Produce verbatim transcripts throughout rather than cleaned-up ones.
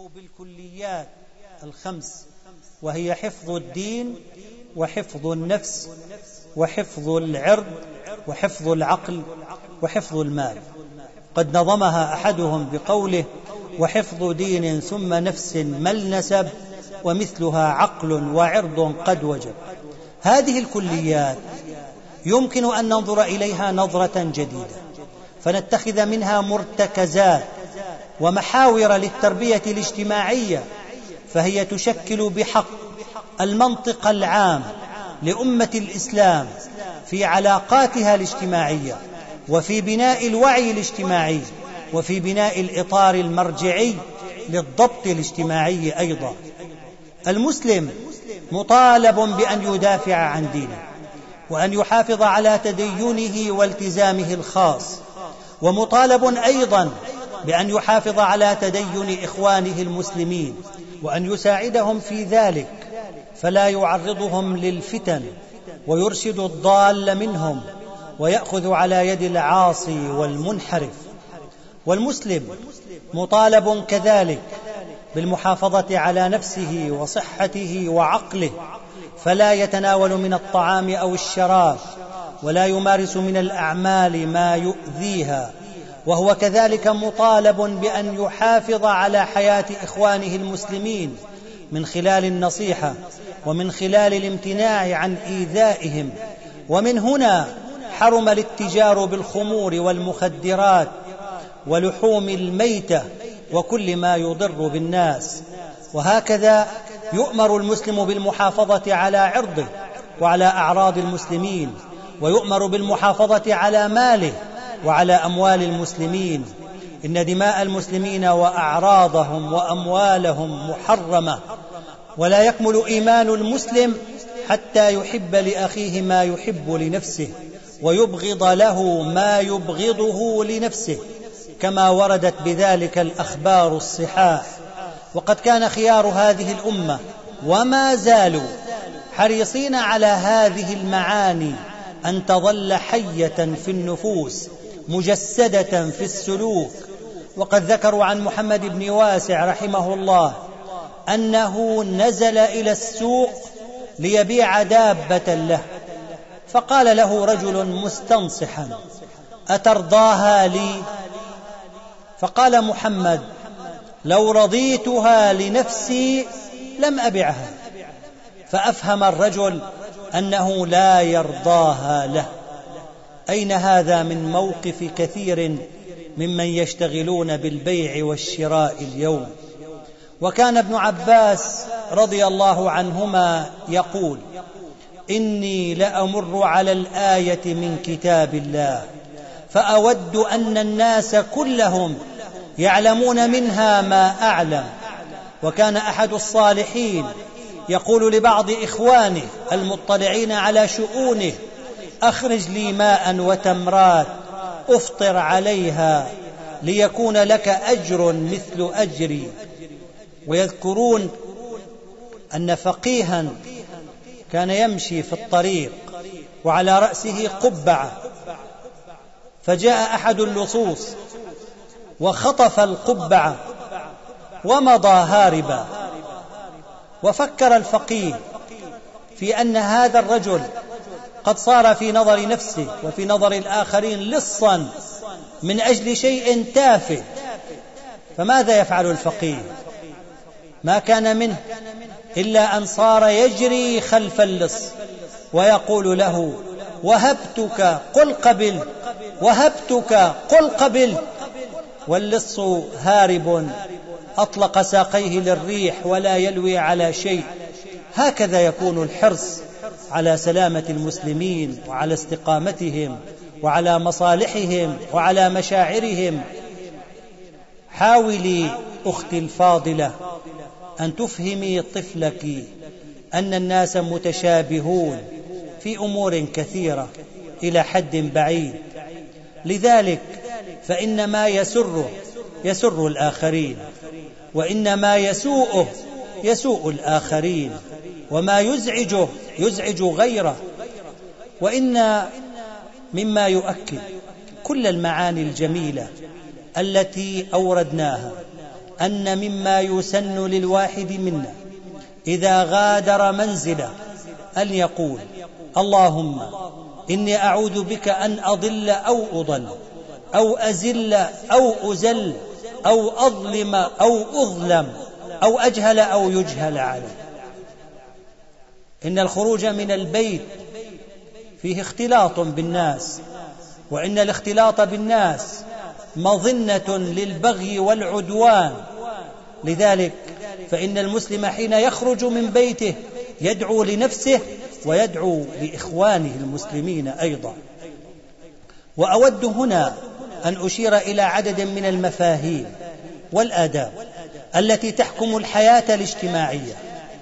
أو بالكليات الخمس، وهي حفظ الدين وحفظ النفس وحفظ العرض وحفظ العقل وحفظ المال. قد نظمها أحدهم بقوله: وحفظ دين ثم نفس ما النسب، ومثلها عقل وعرض قد وجب. هذه الكليات يمكن أن ننظر إليها نظرة جديدة، فنتخذ منها مرتكزات ومحاور للتربية الاجتماعية، فهي تشكل بحق المنطق العام لأمة الإسلام في علاقاتها الاجتماعية، وفي بناء الوعي الاجتماعي، وفي بناء الإطار المرجعي للضبط الاجتماعي أيضا. المسلم مطالب بأن يدافع عن دينه، وأن يحافظ على تدينه والتزامه الخاص، ومطالب أيضا بأن يحافظ على تدين إخوانه المسلمين، وأن يساعدهم في ذلك، فلا يعرضهم للفتن ويرشد الضال منهم ويأخذ على يد العاصي والمنحرف. والمسلم مطالب كذلك بالمحافظة على نفسه وصحته وعقله، فلا يتناول من الطعام أو الشراب، ولا يمارس من الأعمال ما يؤذيها. وهو كذلك مطالب بأن يحافظ على حياة إخوانه المسلمين من خلال النصيحة، ومن خلال الامتناع عن إيذائهم. ومن هنا حرم الاتجار بالخمور والمخدرات ولحوم الميتة وكل ما يضر بالناس. وهكذا يؤمر المسلم بالمحافظة على عرضه وعلى أعراض المسلمين، ويؤمر بالمحافظة على ماله وعلى أموال المسلمين. إن دماء المسلمين وأعراضهم وأموالهم محرمة، ولا يكمل إيمان المسلم حتى يحب لأخيه ما يحب لنفسه، ويبغض له ما يبغضه لنفسه، كما وردت بذلك الأخبار الصحاح. وقد كان خيار هذه الأمة وما زالوا حريصين على هذه المعاني أن تظل حية في النفوس مجسدة في السلوك. وقد ذكروا عن محمد بن واسع رحمه الله أنه نزل إلى السوق ليبيع دابة له، فقال له رجل مستنصحا: أترضاها لي؟ فقال محمد: لو رضيتها لنفسي لم أبعها. فأفهم الرجل أنه لا يرضاها له. أين هذا من موقف كثير ممن يشتغلون بالبيع والشراء اليوم؟ وكان ابن عباس رضي الله عنهما يقول: إني لأمر على الآية من كتاب الله فأود أن الناس كلهم يعلمون منها ما أعلم. وكان أحد الصالحين يقول لبعض إخوانه المطلعين على شؤونه: أخرج لي ماء وتمرات أفطر عليها ليكون لك أجر مثل أجري. ويذكرون أن فقيها كان يمشي في الطريق وعلى رأسه قبعة، فجاء أحد اللصوص وخطف القبعة ومضى هاربا. وفكر الفقيه في أن هذا الرجل قد صار في نظر نفسه وفي نظر الآخرين لصا من أجل شيء تافه، فماذا يفعل الفقيه؟ ما كان منه إلا أن صار يجري خلف اللص ويقول له: وهبتك قل قبل، وهبتك قل قبل. واللص هارب أطلق ساقيه للريح ولا يلوي على شيء. هكذا يكون الحرص على سلامة المسلمين وعلى استقامتهم وعلى مصالحهم وعلى مشاعرهم. حاولي أختي الفاضلة أن تفهمي طفلك أن الناس متشابهون في أمور كثيرة إلى حد بعيد، لذلك فإن ما يسره يسر الآخرين، وإن ما يسوءه يسوء الآخرين، وما يزعجه يزعج غيره. وإن مما يؤكد كل المعاني الجميلة التي أوردناها أن مما يسن للواحد منا إذا غادر منزله أن يقول: اللهم إني أعوذ بك أن أضل أو أضل أو أزل أو أزل أو أظلم أو أظلم أو أجهل أو يجهل علي. إن الخروج من البيت فيه اختلاط بالناس، وإن الاختلاط بالناس مظنة للبغي والعدوان. لذلك فإن المسلم حين يخرج من بيته يدعو لنفسه ويدعو لإخوانه المسلمين أيضا. وأود هنا أن أشير إلى عدد من المفاهيم والآداب التي تحكم الحياة الاجتماعية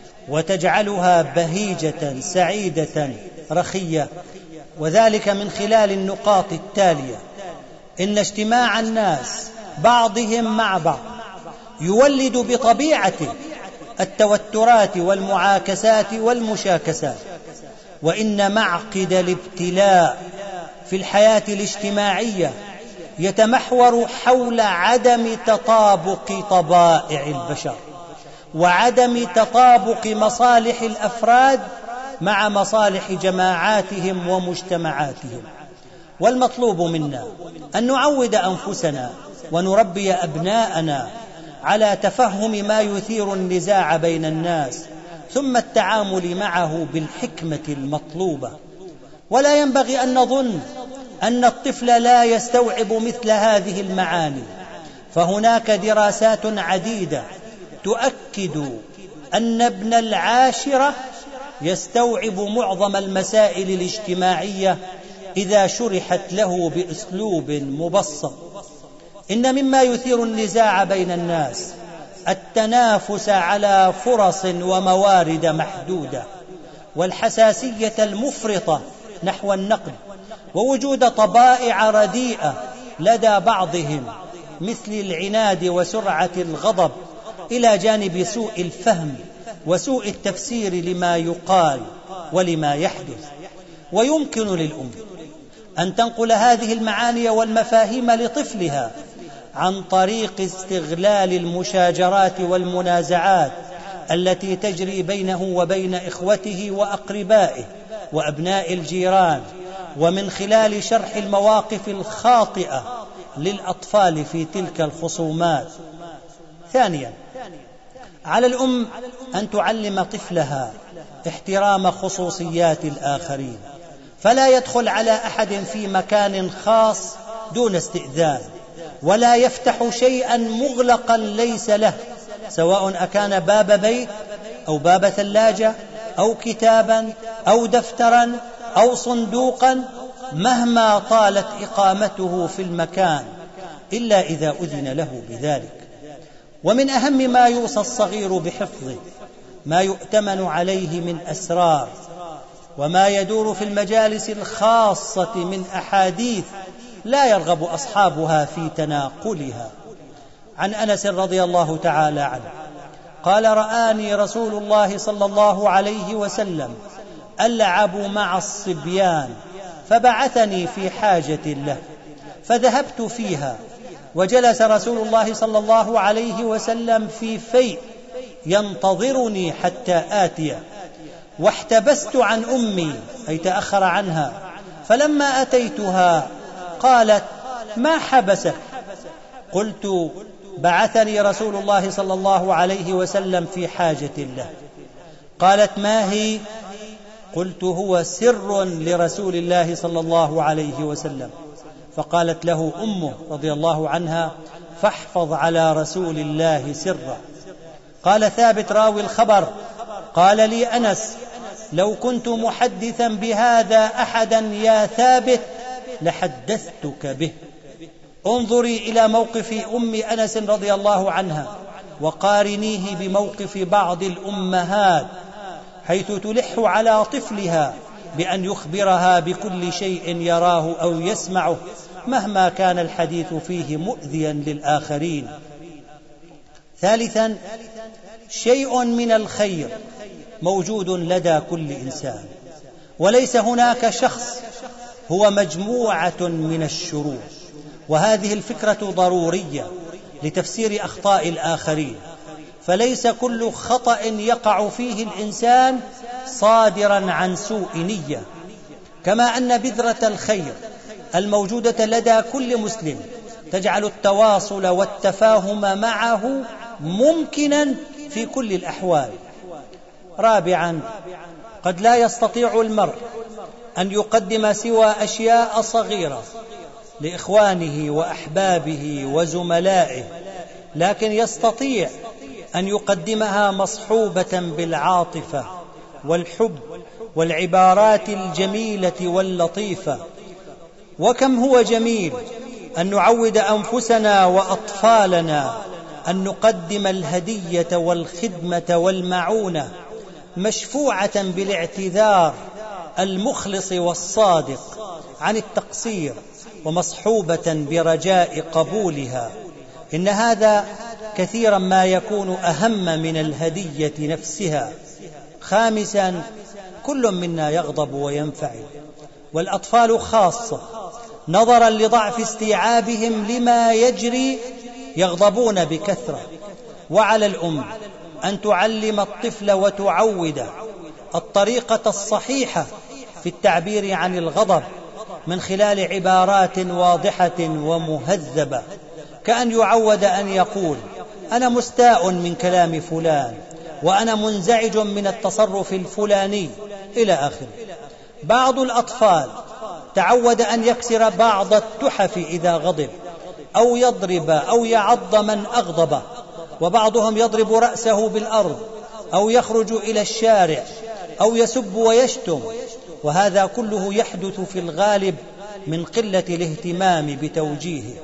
وتجعلها بهيجة سعيدة رخية، وذلك من خلال النقاط التالية: إن اجتماع الناس بعضهم مع بعض يولد بطبيعته التوترات والمعاكسات والمشاكسات، وإن معقد الابتلاء في الحياة الاجتماعية يتمحور حول عدم تطابق طبائع البشر وعدم تطابق مصالح الأفراد مع مصالح جماعاتهم ومجتمعاتهم. والمطلوب منا أن نعود أنفسنا ونربي أبناءنا على تفهم ما يثير النزاع بين الناس، ثم التعامل معه بالحكمة المطلوبة. ولا ينبغي أن نظن أن الطفل لا يستوعب مثل هذه المعاني، فهناك دراسات عديدة تؤكد أن ابن العاشرة يستوعب معظم المسائل الاجتماعية إذا شرحت له بأسلوب مبسط. إن مما يثير النزاع بين الناس التنافس على فرص وموارد محدودة، والحساسية المفرطة نحو النقد، ووجود طبائع رديئة لدى بعضهم مثل العناد وسرعة الغضب، إلى جانب سوء الفهم وسوء التفسير لما يقال ولما يحدث. ويمكن للأم أن تنقل هذه المعاني والمفاهيم لطفلها عن طريق استغلال المشاجرات والمنازعات التي تجري بينه وبين إخوته وأقربائه وأبناء الجيران، ومن خلال شرح المواقف الخاطئة للأطفال في تلك الخصومات. ثانيا، على الأم أن تعلم طفلها احترام خصوصيات الآخرين، فلا يدخل على أحد في مكان خاص دون استئذان، ولا يفتح شيئا مغلقا ليس له، سواء أكان باب بيت أو باب ثلاجة أو كتابا أو دفترا أو صندوقا، مهما طالت إقامته في المكان، إلا إذا أذن له بذلك. ومن أهم ما يوصى الصغير بحفظه ما يؤتمن عليه من أسرار، وما يدور في المجالس الخاصة من أحاديث لا يرغب أصحابها في تناقلها. عن أنس رضي الله تعالى عنه قال: رآني رسول الله صلى الله عليه وسلم ألعب مع الصبيان، فبعثني في حاجة له، فذهبت فيها، وجلس رسول الله صلى الله عليه وسلم في فيء ينتظرني حتى آتيه، واحتبست عن أمي أي تأخر عنها، فلما أتيتها قالت: ما حبسك؟ قلت: بعثني رسول الله صلى الله عليه وسلم في حاجة له. قالت: ما هي؟ قلت: هو سر لرسول الله صلى الله عليه وسلم. فقالت له أمه رضي الله عنها: فاحفظ على رسول الله سرا. قال ثابت راوي الخبر: قال لي أنس: لو كنت محدثا بهذا أحدا يا ثابت لحدثتك به. انظري إلى موقف أم أنس رضي الله عنها وقارنيه بموقف بعض الأمهات، حيث تلح على طفلها بأن يخبرها بكل شيء يراه أو يسمعه مهما كان الحديث فيه مؤذيا للآخرين. ثالثا، شيء من الخير موجود لدى كل إنسان، وليس هناك شخص هو مجموعة من الشرور، وهذه الفكرة ضرورية، لتفسير أخطاء الآخرين، فليس كل خطأ يقع فيه الإنسان صادرا عن سوء نية، كما أن بذرة الخير الموجودة لدى كل مسلم تجعل التواصل والتفاهم معه ممكنا في كل الأحوال. رابعا، قد لا يستطيع المرء أن يقدم سوى أشياء صغيرة لإخوانه وأحبابه وزملائه، لكن يستطيع أن يقدمها مصحوبة بالعاطفة والحب والعبارات الجميلة واللطيفة. وكم هو جميل أن نعود أنفسنا وأطفالنا أن نقدم الهدية والخدمة والمعونة مشفوعة بالاعتذار المخلص والصادق عن التقصير، ومصحوبة برجاء قبولها. إن هذا كثيرا ما يكون أهم من الهدية نفسها. خامسا، كل منا يغضب وينفعل، والأطفال خاصة نظرا لضعف استيعابهم لما يجري يغضبون بكثرة. وعلى الأم أن تعلم الطفل وتعوده الطريقة الصحيحة في التعبير عن الغضب من خلال عبارات واضحة ومهذبة، كأن يعود أن يقول: أنا مستاء من كلام فلان، وأنا منزعج من التصرف الفلاني، إلى آخره. بعض الأطفال تعود أن يكسر بعض التحف إذا غضب، أو يضرب أو يعض من أغضبه، وبعضهم يضرب رأسه بالأرض، أو يخرج إلى الشارع، أو يسب ويشتم، وهذا كله يحدث في الغالب من قلة الاهتمام بتوجيهه.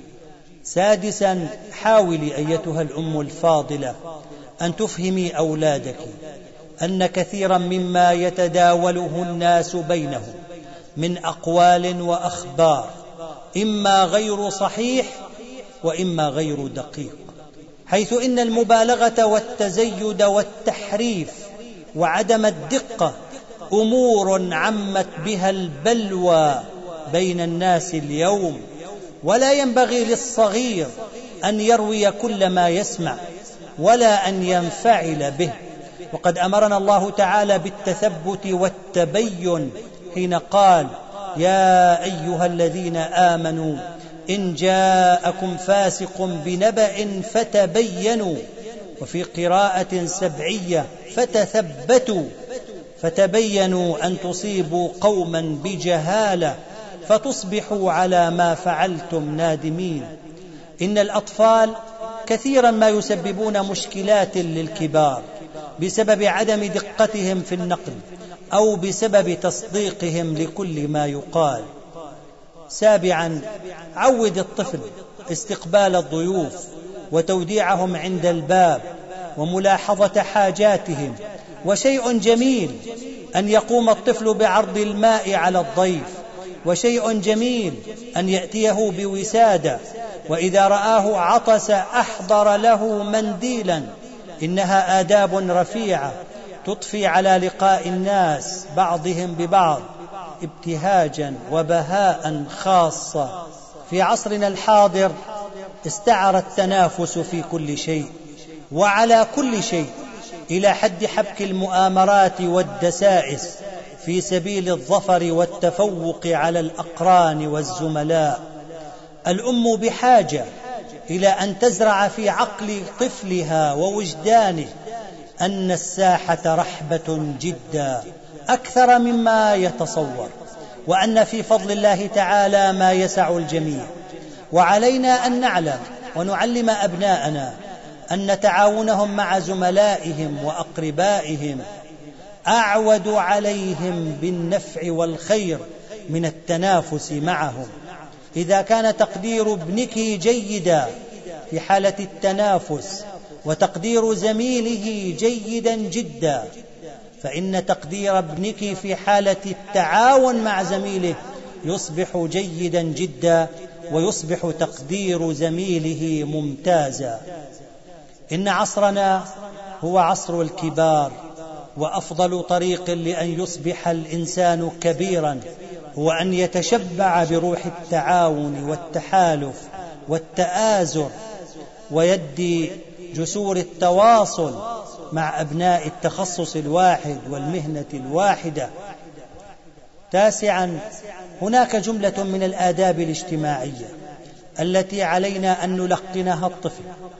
سادسا، حاولي أيتها الأم الفاضلة أن تفهمي أولادك أن كثيرا مما يتداوله الناس بينهم من أقوال وأخبار إما غير صحيح وإما غير دقيق، حيث إن المبالغة والتزيد والتحريف وعدم الدقة أمور عمت بها البلوى بين الناس اليوم. ولا ينبغي للصغير أن يروي كل ما يسمع ولا أن ينفعل به، وقد أمرنا الله تعالى بالتثبت والتبين حين قال: يا أيها الذين آمنوا إن جاءكم فاسق بنبأ فتبينوا، وفي قراءة سبعية فتثبتوا، فتبينوا أن تصيبوا قوما بجهالة فتصبحوا على ما فعلتم نادمين. إن الأطفال كثيرا ما يسببون مشكلات للكبار بسبب عدم دقتهم في النقل أو بسبب تصديقهم لكل ما يقال. سابعا، عود الطفل استقبال الضيوف وتوديعهم عند الباب وملاحظة حاجاتهم. وشيء جميل أن يقوم الطفل بعرض الماء على الضيف، وشيء جميل أن يأتيه بوسادة، وإذا رآه عطس أحضر له منديلا. إنها آداب رفيعة تضفي على لقاء الناس بعضهم ببعض ابتهاجا وبهاء خاصة. في عصرنا الحاضر استعر التنافس في كل شيء وعلى كل شيء، إلى حد حبك المؤامرات والدسائس في سبيل الظفر والتفوق على الأقران والزملاء. الأم بحاجة إلى أن تزرع في عقل طفلها ووجدانه أن الساحة رحبة جدا أكثر مما يتصور، وأن في فضل الله تعالى ما يسع الجميع. وعلينا أن نعلم ونعلم أبناءنا أن تعاونهم مع زملائهم وأقربائهم أعود عليهم بالنفع والخير من التنافس معهم. إذا كان تقدير ابنك جيدا في حالة التنافس وتقدير زميله جيدا جدا، فإن تقدير ابنك في حالة التعاون مع زميله يصبح جيدا جدا، ويصبح تقدير زميله ممتازا. إن عصرنا هو عصر الكبار، وأفضل طريق لأن يصبح الإنسان كبيرا هو أن يتشبع بروح التعاون والتحالف والتآزر ويد جسور التواصل مع أبناء التخصص الواحد والمهنة الواحدة. تاسعا، هناك جملة من الآداب الاجتماعية التي علينا أن نلقنها الطفل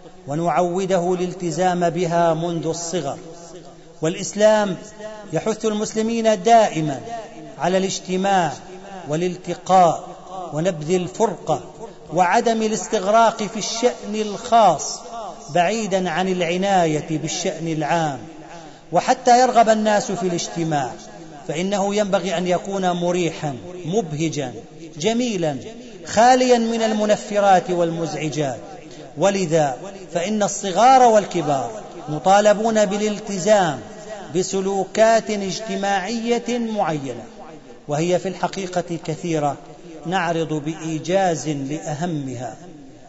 ونعوده الالتزام بها منذ الصغر. والإسلام يحث المسلمين دائما على الاجتماع والالتقاء ونبذ الفرقة وعدم الاستغراق في الشأن الخاص بعيدا عن العناية بالشأن العام. وحتى يرغب الناس في الاجتماع فإنه ينبغي أن يكون مريحا مبهجا جميلا خاليا من المنفرات والمزعجات. ولذا فإن الصغار والكبار مطالبون بالالتزام بسلوكات اجتماعية معينة، وهي في الحقيقة كثيرة، نعرض بإيجاز لأهمها.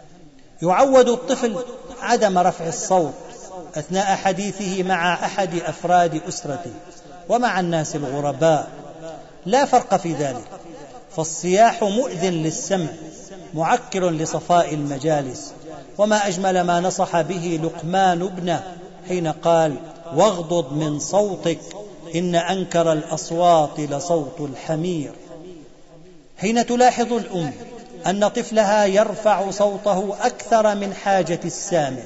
يعود الطفل عدم رفع الصوت أثناء حديثه مع أحد أفراد أسرته ومع الناس الغرباء، لا فرق في ذلك، فالصياح مؤذن للسمع معكر لصفاء المجالس. وما أجمل ما نصح به لقمان ابنه حين قال: واغضض من صوتك إن أنكر الأصوات لصوت الحمير. حين تلاحظ الأم أن طفلها يرفع صوته أكثر من حاجة السامع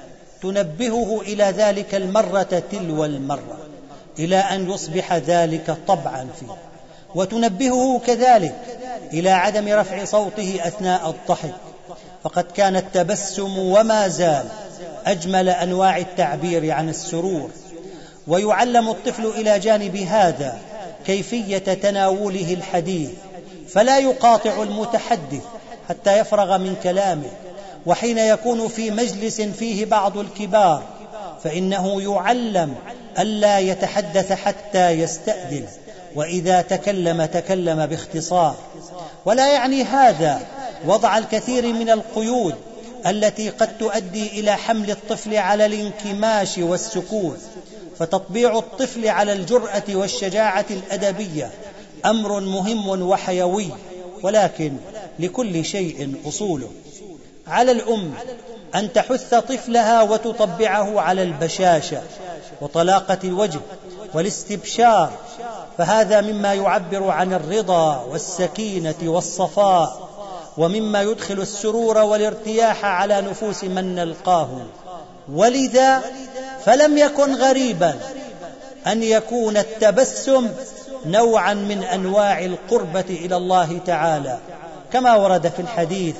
تنبهه إلى ذلك المرة تلو المرة إلى أن يصبح ذلك طبعا فيه، وتنبهه كذلك إلى عدم رفع صوته أثناء الضحك، فقد كان التبسم وما زال أجمل أنواع التعبير عن السرور. ويعلم الطفل إلى جانب هذا كيفية تناوله الحديث، فلا يقاطع المتحدث حتى يفرغ من كلامه. وحين يكون في مجلس فيه بعض الكبار فإنه يعلم ألا يتحدث حتى يستأذن، وإذا تكلم تكلم باختصار. ولا يعني هذا وضع الكثير من القيود التي قد تؤدي إلى حمل الطفل على الانكماش والسكوت، فتطبيع الطفل على الجرأة والشجاعة الأدبية أمر مهم وحيوي، ولكن لكل شيء أصوله. على الأم أن تحث طفلها وتطبعه على البشاشة وطلاقة الوجه والاستبشار، فهذا مما يعبر عن الرضا والسكينة والصفاء، ومما يدخل السرور والارتياح على نفوس من نلقاهم. ولذا فلم يكن غريبا أن يكون التبسم نوعا من أنواع القربة إلى الله تعالى، كما ورد في الحديث: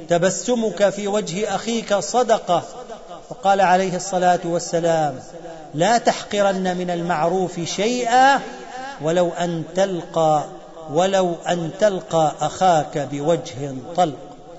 تبسمك في وجه أخيك صدقة. وقال عليه الصلاة والسلام: لا تحقرن من المعروف شيئا ولو أن تلقى ولو أن تلقى أخاك بوجه طلق.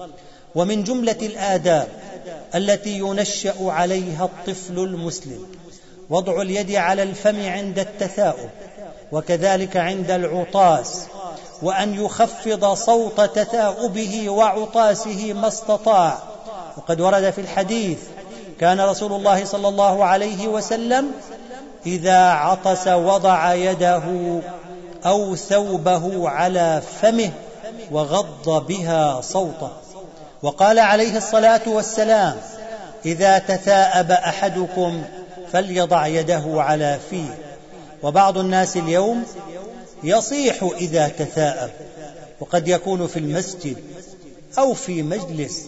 ومن جملة الآداب التي ينشأ عليها الطفل المسلم وضع اليد على الفم عند التثاؤب، وكذلك عند العطاس، وأن يخفض صوت تثاؤبه وعطاسه ما استطاع. وقد ورد في الحديث: كان رسول الله صلى الله عليه وسلم إذا عطس وضع يده أو ثوبه على فمه وغض بها صوته. وقال عليه الصلاة والسلام: إذا تثاءب أحدكم فليضع يده على فيه. وبعض الناس اليوم يصيح إذا تثاءب، وقد يكون في المسجد أو في مجلس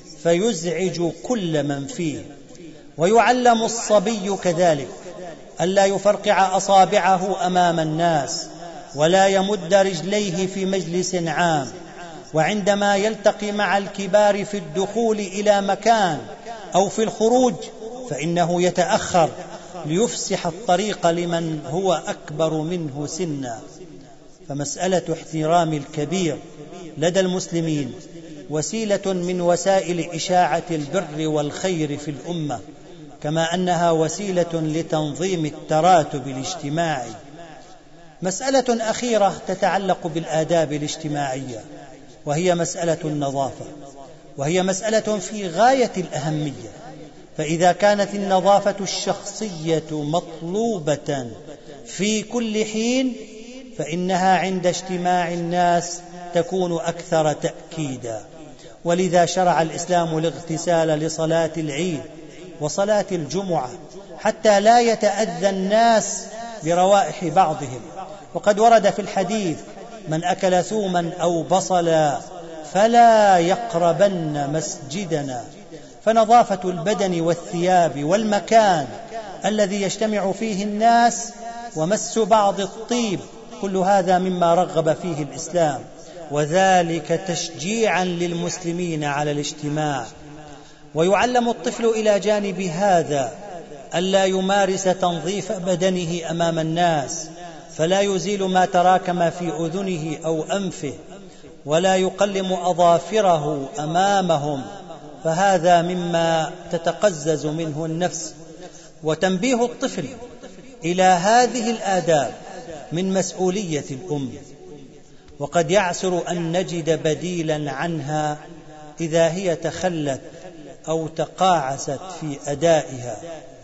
فيزعج كل من فيه. ويعلم الصبي كذلك ألا يفرقع أصابعه أمام الناس، ولا يمد رجليه في مجلس عام، وعندما يلتقي مع الكبار في الدخول إلى مكان أو في الخروج فإنه يتأخر ليفسح الطريق لمن هو أكبر منه سنا. فمسألة احترام الكبير لدى المسلمين وسيلة من وسائل إشاعة البر والخير في الأمة، كما أنها وسيلة لتنظيم التراتب الاجتماعي. مسألة أخيرة تتعلق بالآداب الاجتماعية، وهي مسألة النظافة، وهي مسألة في غاية الأهمية. فإذا كانت النظافة الشخصية مطلوبة في كل حين فإنها عند اجتماع الناس تكون أكثر تأكيدا. ولذا شرع الإسلام الاغتسال لصلاة العيد وصلاة الجمعة حتى لا يتأذى الناس بروائح بعضهم. وقد ورد في الحديث: من أكل ثوما أو بصلا فلا يقربن مسجدنا. فنظافة البدن والثياب والمكان الذي يجتمع فيه الناس ومس بعض الطيب، كل هذا مما رغب فيه الإسلام، وذلك تشجيعا للمسلمين على الاجتماع. ويعلم الطفل إلى جانب هذا ألا يمارس تنظيف بدنه أمام الناس، فلا يزيل ما تراكم في أذنه أو أنفه، ولا يقلم أظافره أمامهم، فهذا مما تتقزز منه النفس. وتنبيه الطفل إلى هذه الآداب من مسؤولية الأم، وقد يعسر أن نجد بديلا عنها إذا هي تخلت أو تقاعست في أدائها.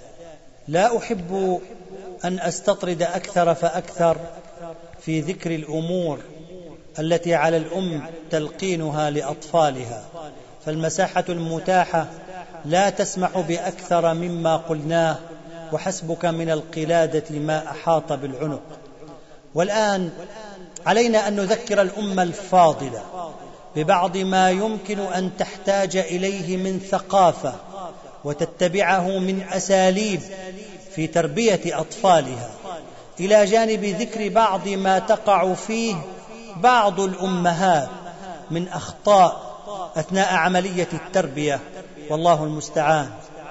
لا أحب أن أستطرد أكثر فأكثر في ذكر الأمور التي على الأم تلقينها لأطفالها، فالمساحة المتاحة لا تسمح بأكثر مما قلناه، وحسبك من القلادة ما أحاط بالعنق. والآن علينا أن نذكر الأمة الفاضلة ببعض ما يمكن أن تحتاج إليه من ثقافة وتتبعه من أساليب في تربية أطفالها، إلى جانب ذكر بعض ما تقع فيه بعض الأمهات من أخطاء أثناء عملية التربية، والله المستعان.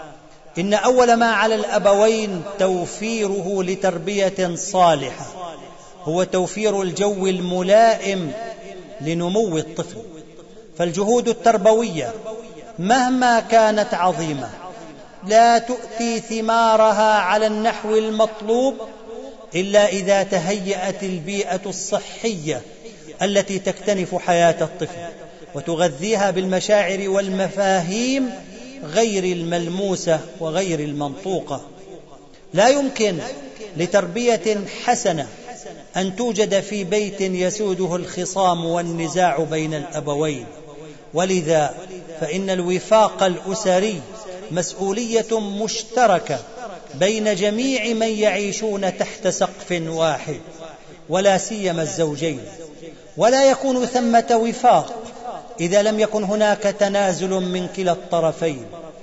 إن أول ما على الأبوين توفيره لتربية صالحة هو توفير الجو الملائم لنمو الطفل، فالجهود التربوية مهما كانت عظيمة لا تؤتي ثمارها على النحو المطلوب إلا إذا تهيأت البيئة الصحية التي تكتنف حياة الطفل وتغذيها بالمشاعر والمفاهيم غير الملموسة وغير المنطوقة. لا يمكن لتربية حسنة أن توجد في بيت يسوده الخصام والنزاع بين الأبوين، ولذا فإن الوفاق الأسري مسؤولية مشتركة بين جميع من يعيشون تحت سقف واحد، ولا سيما الزوجين. ولا يكون ثمة وفاق إذا لم يكن هناك تنازل من كلا الطرفين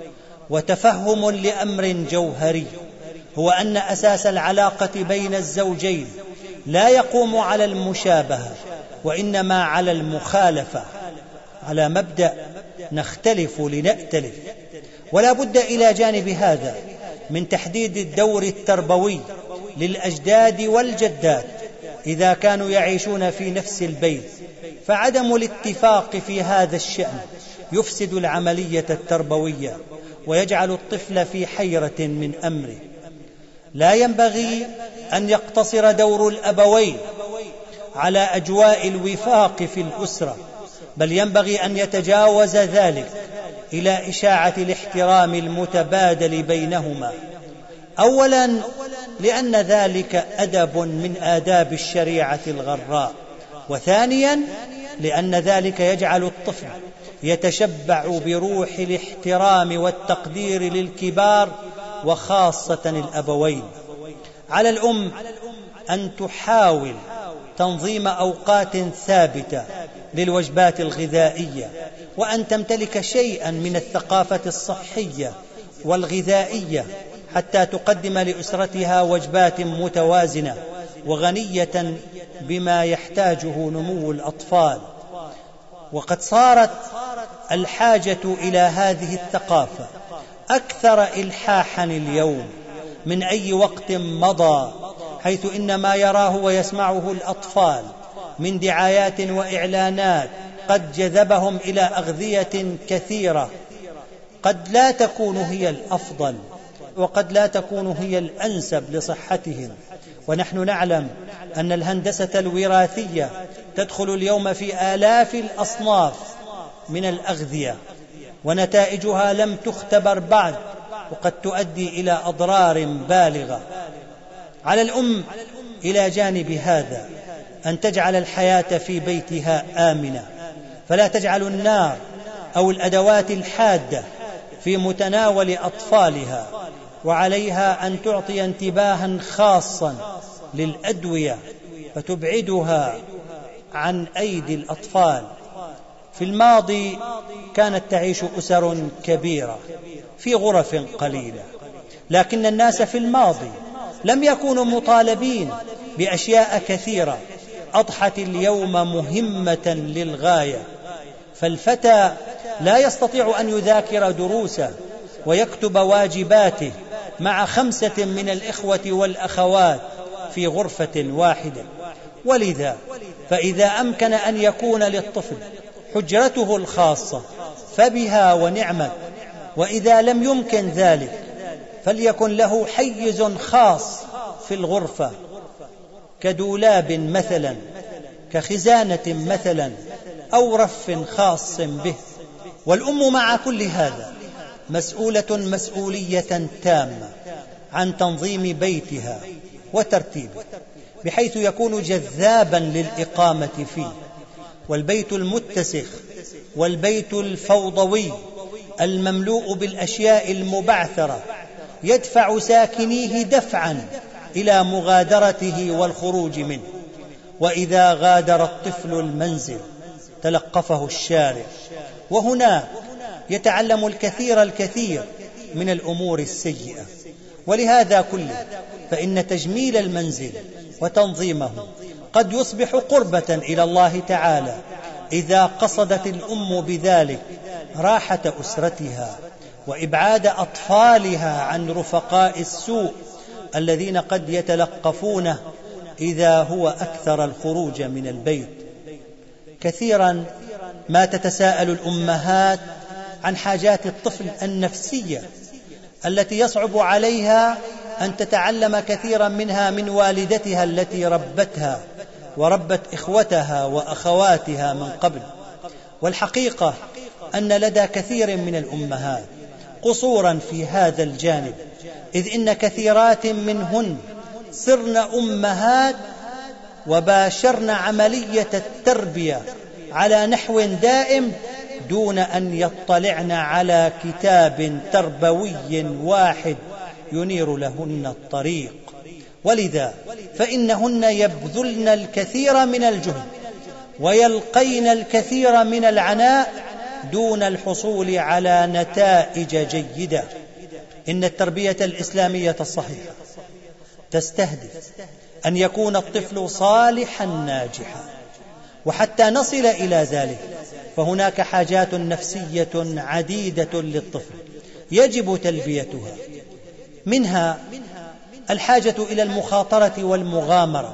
وتفهم لأمر جوهري، هو أن أساس العلاقة بين الزوجين لا يقوم على المشابهة وإنما على المخالفة، على مبدأ نختلف لنأتلف. ولا بد إلى جانب هذا من تحديد الدور التربوي للأجداد والجدات إذا كانوا يعيشون في نفس البيت، فعدم الاتفاق في هذا الشأن يفسد العملية التربوية ويجعل الطفل في حيرة من أمره. لا ينبغي أن يقتصر دور الأبوين على أجواء الوفاق في الأسرة، بل ينبغي أن يتجاوز ذلك إلى إشاعة الاحترام المتبادل بينهما، أولا لأن ذلك أدب من آداب الشريعة الغراء، وثانيا لأن ذلك يجعل الطفل يتشبع بروح الاحترام والتقدير للكبار وخاصة الأبوين. على الأم أن تحاول تنظيم أوقات ثابتة للوجبات الغذائية، وأن تمتلك شيئا من الثقافة الصحية والغذائية حتى تقدم لأسرتها وجبات متوازنة وغنية بما يحتاجه نمو الأطفال. وقد صارت الحاجة إلى هذه الثقافة أكثر إلحاحا اليوم من أي وقت مضى، حيث إن ما يراه ويسمعه الأطفال من دعايات وإعلانات قد جذبهم إلى أغذية كثيرة قد لا تكون هي الأفضل وقد لا تكون هي الأنسب لصحتهم. ونحن نعلم أن الهندسة الوراثية تدخل اليوم في آلاف الأصناف من الأغذية، ونتائجها لم تختبر بعد، وقد تؤدي إلى أضرار بالغة. على الأم إلى جانب هذا أن تجعل الحياة في بيتها آمنة، فلا تجعل النار أو الأدوات الحادة في متناول أطفالها، وعليها أن تعطي انتباها خاصا للأدوية فتبعدها عن أيدي الأطفال. في الماضي كانت تعيش أسر كبيرة في غرف قليلة، لكن الناس في الماضي لم يكونوا مطالبين بأشياء كثيرة أضحت اليوم مهمة للغاية. فالفتى لا يستطيع أن يذاكر دروسه ويكتب واجباته مع خمسة من الإخوة والأخوات في غرفة واحدة. ولذا فإذا أمكن أن يكون للطفل حجرته الخاصة فبها ونعمت، وإذا لم يمكن ذلك فليكن له حيز خاص في الغرفة كدولاب مثلا، كخزانة مثلا، أو رف خاص به. والأم مع كل هذا مسؤولة مسؤولية تامة عن تنظيم بيتها وترتيبه بحيث يكون جذابا للإقامة فيه. والبيت المتسخ والبيت الفوضوي المملوء بالأشياء المبعثرة يدفع ساكنيه دفعا إلى مغادرته والخروج منه. وإذا غادر الطفل المنزل تلقفه الشارع، وهناك يتعلم الكثير الكثير من الأمور السيئة. ولهذا كله فإن تجميل المنزل وتنظيمه قد يصبح قربة إلى الله تعالى إذا قصدت الأم بذلك راحة أسرتها وإبعاد أطفالها عن رفقاء السوء الذين قد يتلقفونه إذا هو أكثر الخروج من البيت. كثيرا ما تتساءل الأمهات عن حاجات الطفل النفسية التي يصعب عليها أن تتعلم كثيرا منها من والدتها التي ربتها وربت إخوتها وأخواتها من قبل. والحقيقة أن لدى كثير من الأمهات قصورا في هذا الجانب، إذ إن كثيرات منهن صرن أمهات وباشرن عملية التربية على نحو دائم دون أن يطلعن على كتاب تربوي واحد ينير لهن الطريق. ولذا فإنهن يبذلن الكثير من الجهد ويلقين الكثير من العناء دون الحصول على نتائج جيدة. إن التربية الإسلامية الصحيحة تستهدف أن يكون الطفل صالحا ناجحا، وحتى نصل إلى ذلك فهناك حاجات نفسية عديدة للطفل يجب تلبيتها. منها الحاجة إلى المخاطرة والمغامرة،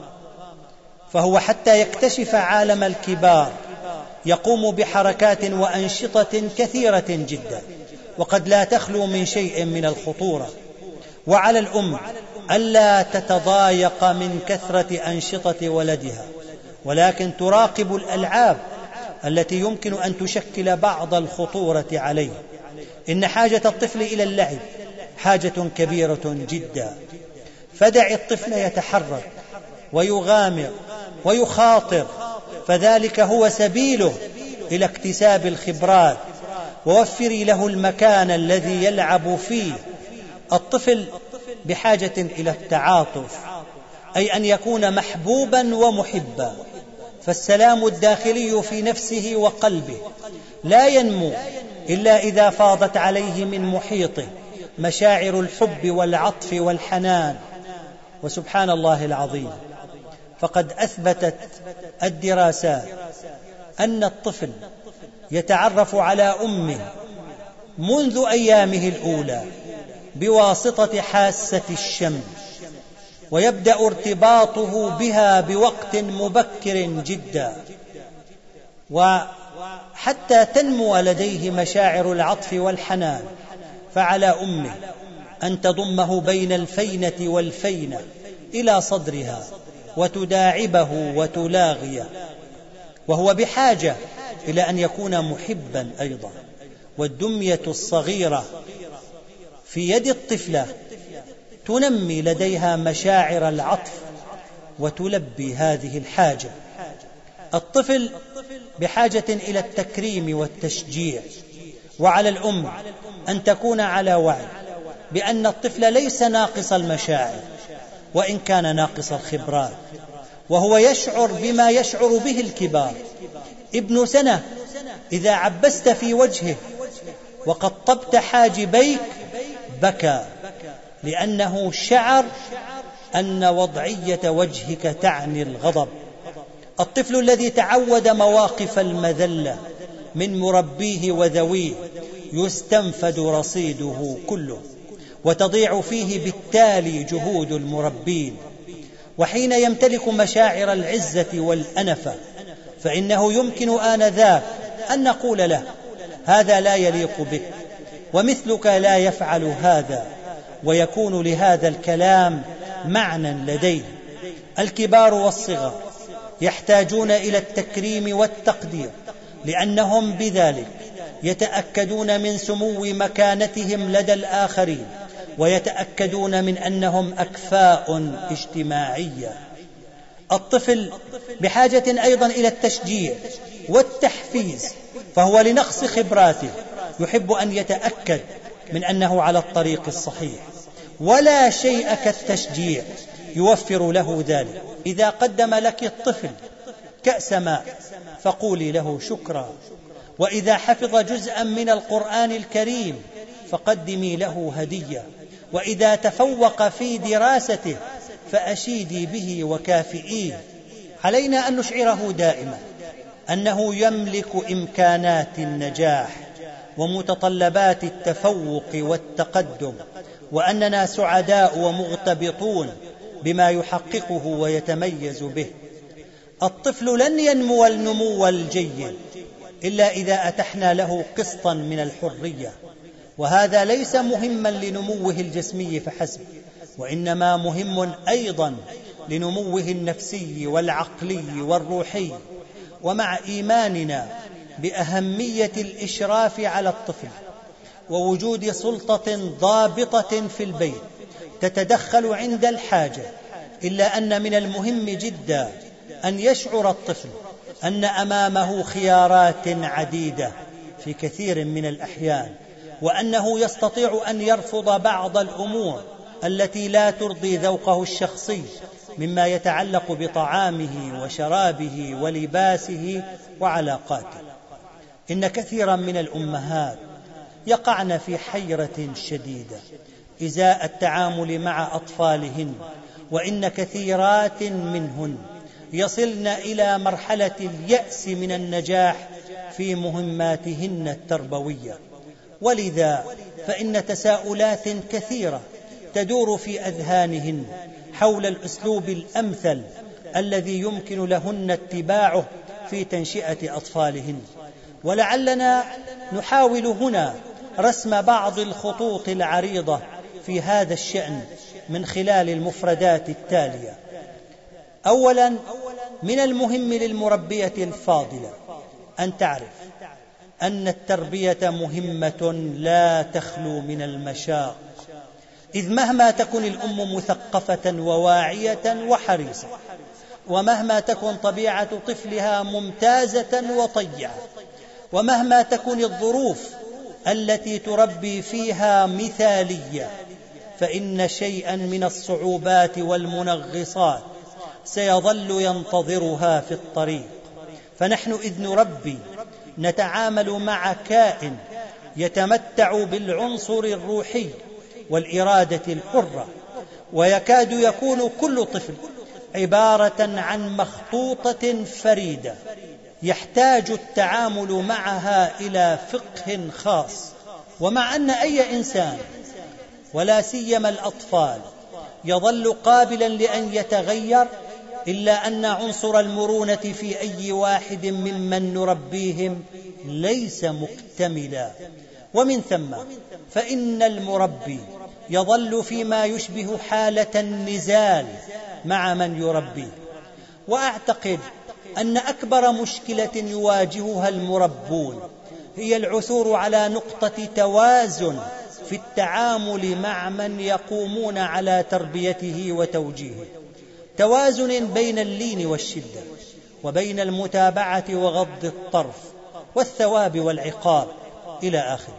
فهو حتى يكتشف عالم الكبار يقوم بحركات وأنشطة كثيرة جدا وقد لا تخلو من شيء من الخطورة. وعلى الأم ألا تتضايق من كثرة أنشطة ولدها، ولكن تراقب الألعاب التي يمكن أن تشكل بعض الخطورة عليه. إن حاجة الطفل إلى اللعب حاجة كبيرة جدا، فدع الطفل يتحرك ويغامر ويخاطر، فذلك هو سبيله إلى اكتساب الخبرات. ووفري له المكان الذي يلعب فيه. الطفل بحاجة إلى التعاطف، أي أن يكون محبوبا ومحبا، فالسلام الداخلي في نفسه وقلبه لا ينمو إلا إذا فاضت عليه من محيطه مشاعر الحب والعطف والحنان. وسبحان الله العظيم، فقد أثبتت الدراسات أن الطفل يتعرف على أمه منذ أيامه الأولى بواسطة حاسة الشم، ويبدأ ارتباطه بها بوقت مبكر جدا، وحتى تنمو لديه مشاعر العطف والحنان فعلى أمه أن تضمه بين الفينة والفينة إلى صدرها وتداعبه وتلاغيه، وهو بحاجة إلى أن يكون محبا أيضا. والدمية الصغيرة في يد الطفلة تنمي لديها مشاعر العطف وتلبي هذه الحاجة. الطفل بحاجة إلى التكريم والتشجيع، وعلى الأم أن تكون على وعي بأن الطفل ليس ناقص المشاعر وإن كان ناقص الخبرات، وهو يشعر بما يشعر به الكبار. ابن سنة إذا عبست في وجهه وقطبت حاجبيك بكى، لأنه شعر أن وضعية وجهك تعني الغضب. الطفل الذي تعود مواقف المذلة من مربيه وذويه يستنفد رصيده كله، وتضيع فيه بالتالي جهود المربين. وحين يمتلك مشاعر العزة والأنفة فإنه يمكن آنذاك أن نقول له: هذا لا يليق بك، ومثلك لا يفعل هذا، ويكون لهذا الكلام معنى لديه. الكبار والصغار يحتاجون إلى التكريم والتقدير، لأنهم بذلك يتأكدون من سمو مكانتهم لدى الآخرين، ويتأكدون من أنهم أكفاء اجتماعية. الطفل بحاجة أيضا إلى التشجيع والتحفيز، فهو لنقص خبراته يحب أن يتأكد من أنه على الطريق الصحيح، ولا شيء كالتشجيع يوفر له ذلك. إذا قدم لك الطفل كأس ماء فقولي له شكرا، وإذا حفظ جزءا من القرآن الكريم فقدمي له هدية، وإذا تفوق في دراسته فأشيدي به وكافئيه. علينا أن نشعره دائما أنه يملك إمكانات النجاح ومتطلبات التفوق والتقدم، وأننا سعداء ومغتبطون بما يحققه ويتميز به. الطفل لن ينمو النمو الجيد إلا إذا أتحنا له قسطا من الحرية، وهذا ليس مهما لنموه الجسمي فحسب، وإنما مهم أيضا لنموه النفسي والعقلي والروحي. ومع إيماننا بأهمية الإشراف على الطفل ووجود سلطة ضابطة في البيت تتدخل عند الحاجة، إلا أن من المهم جدا أن يشعر الطفل أن أمامه خيارات عديدة في كثير من الأحيان، وأنه يستطيع أن يرفض بعض الأمور التي لا ترضي ذوقه الشخصي مما يتعلق بطعامه وشرابه ولباسه وعلاقاته. إن كثيرا من الأمهات يقعن في حيرة شديدة إزاء التعامل مع أطفالهن، وإن كثيرات منهن يصلن إلى مرحلة اليأس من النجاح في مهماتهن التربوية. ولذا فإن تساؤلات كثيرة تدور في أذهانهن حول الأسلوب الأمثل الذي يمكن لهن اتباعه في تنشئة أطفالهن. ولعلنا نحاول هنا رسم بعض الخطوط العريضة في هذا الشأن من خلال المفردات التالية. أولا، من المهم للمربية الفاضلة أن تعرف أن التربية مهمة لا تخلو من المشاق، إذ مهما تكن الأم مثقفة وواعية وحريصة، ومهما تكن طبيعة طفلها ممتازة وطيعة، ومهما تكن الظروف التي تربي فيها مثالية، فإن شيئا من الصعوبات والمنغصات سيظل ينتظرها في الطريق. فنحن إذ نربي نتعامل مع كائن يتمتع بالعنصر الروحي والإرادة الحرة، ويكاد يكون كل طفل عبارة عن مخطوطة فريدة يحتاج التعامل معها إلى فقه خاص. ومع أن أي إنسان ولا سيما الأطفال يظل قابلا لأن يتغير، إلا أن عنصر المرونة في أي واحد ممن نربيهم ليس مكتملا، ومن ثم فإن المربي يظل فيما يشبه حالة النزال مع من يربيه. وأعتقد أن أكبر مشكلة يواجهها المربون هي العثور على نقطة توازن في التعامل مع من يقومون على تربيته وتوجيهه، توازن بين اللين والشدة، وبين المتابعة وغض الطرف والثواب والعقاب إلى آخره.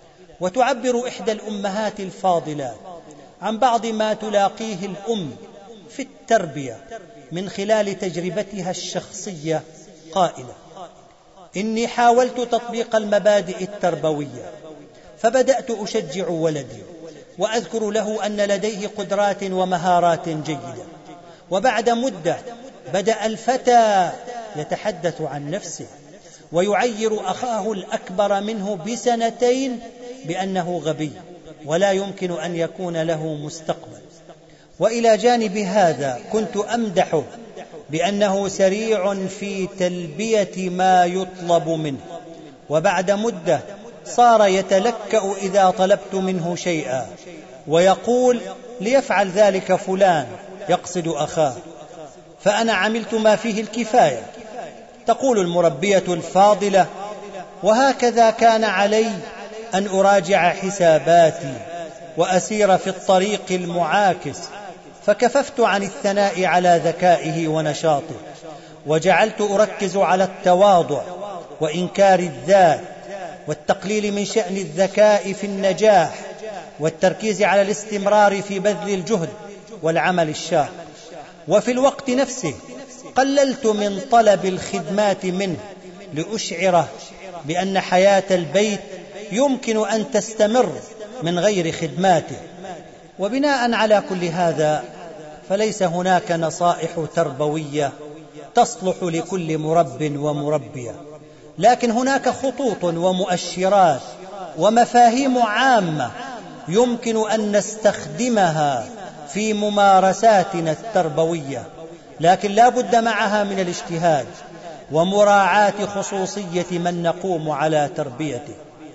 وتعبر إحدى الأمهات الفاضلات عن بعض ما تلاقيه الأم في التربية من خلال تجربتها الشخصية قائلة: إني حاولت تطبيق المبادئ التربوية، فبدأت أشجع ولدي وأذكر له أن لديه قدرات ومهارات جيدة، وبعد مدة بدأ الفتى يتحدث عن نفسه ويعير أخاه الأكبر منه بسنتين بأنه غبي ولا يمكن أن يكون له مستقبل. وإلى جانب هذا كنت أمدحه بأنه سريع في تلبية ما يطلب منه، وبعد مدة صار يتلكأ إذا طلبت منه شيئا ويقول: ليفعل ذلك فلان، يقصد أخاه، فأنا عملت ما فيه الكفاية. تقول المربية الفاضلة: وهكذا كان علي أن أراجع حساباتي وأسير في الطريق المعاكس، فكففت عن الثناء على ذكائه ونشاطه، وجعلت أركز على التواضع وإنكار الذات والتقليل من شأن الذكاء في النجاح، والتركيز على الاستمرار في بذل الجهد والعمل الشاق. وفي الوقت نفسه قللت من طلب الخدمات منه لأشعره بأن حياة البيت يمكن أن تستمر من غير خدماته. وبناء على كل هذا فليس هناك نصائح تربوية تصلح لكل مرب ومربية، لكن هناك خطوط ومؤشرات ومفاهيم عامة يمكن أن نستخدمها في ممارساتنا التربوية، لكن لا بد معها من الاجتهاد ومراعاة خصوصية من نقوم على تربيته.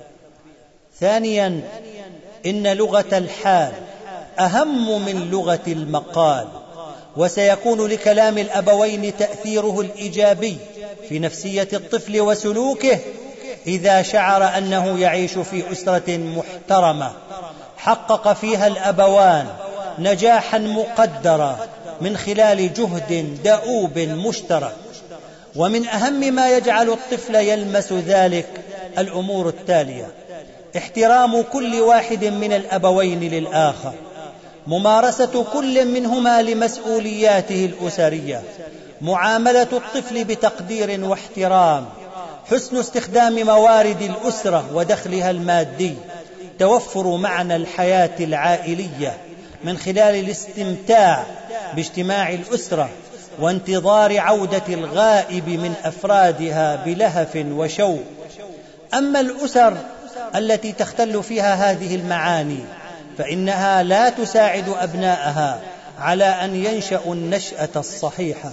ثانيا، إن لغة الحال أهم من لغة المقال، وسيكون لكلام الأبوين تأثيره الإيجابي في نفسية الطفل وسلوكه إذا شعر أنه يعيش في أسرة محترمة حقق فيها الأبوان نجاحا مقدرا من خلال جهد دؤوب مشترك. ومن أهم ما يجعل الطفل يلمس ذلك الأمور التالية: احترام كل واحد من الأبوين للآخر، ممارسة كل منهما لمسؤولياته الأسرية، معاملة الطفل بتقدير واحترام، حسن استخدام موارد الأسرة ودخلها المادي، توفر معنى الحياة العائلية من خلال الاستمتاع باجتماع الأسرة وانتظار عودة الغائب من أفرادها بلهف وشوق. أما الأسر التي تختل فيها هذه المعاني فإنها لا تساعد أبناءها على أن ينشأوا النشأة الصحيحة.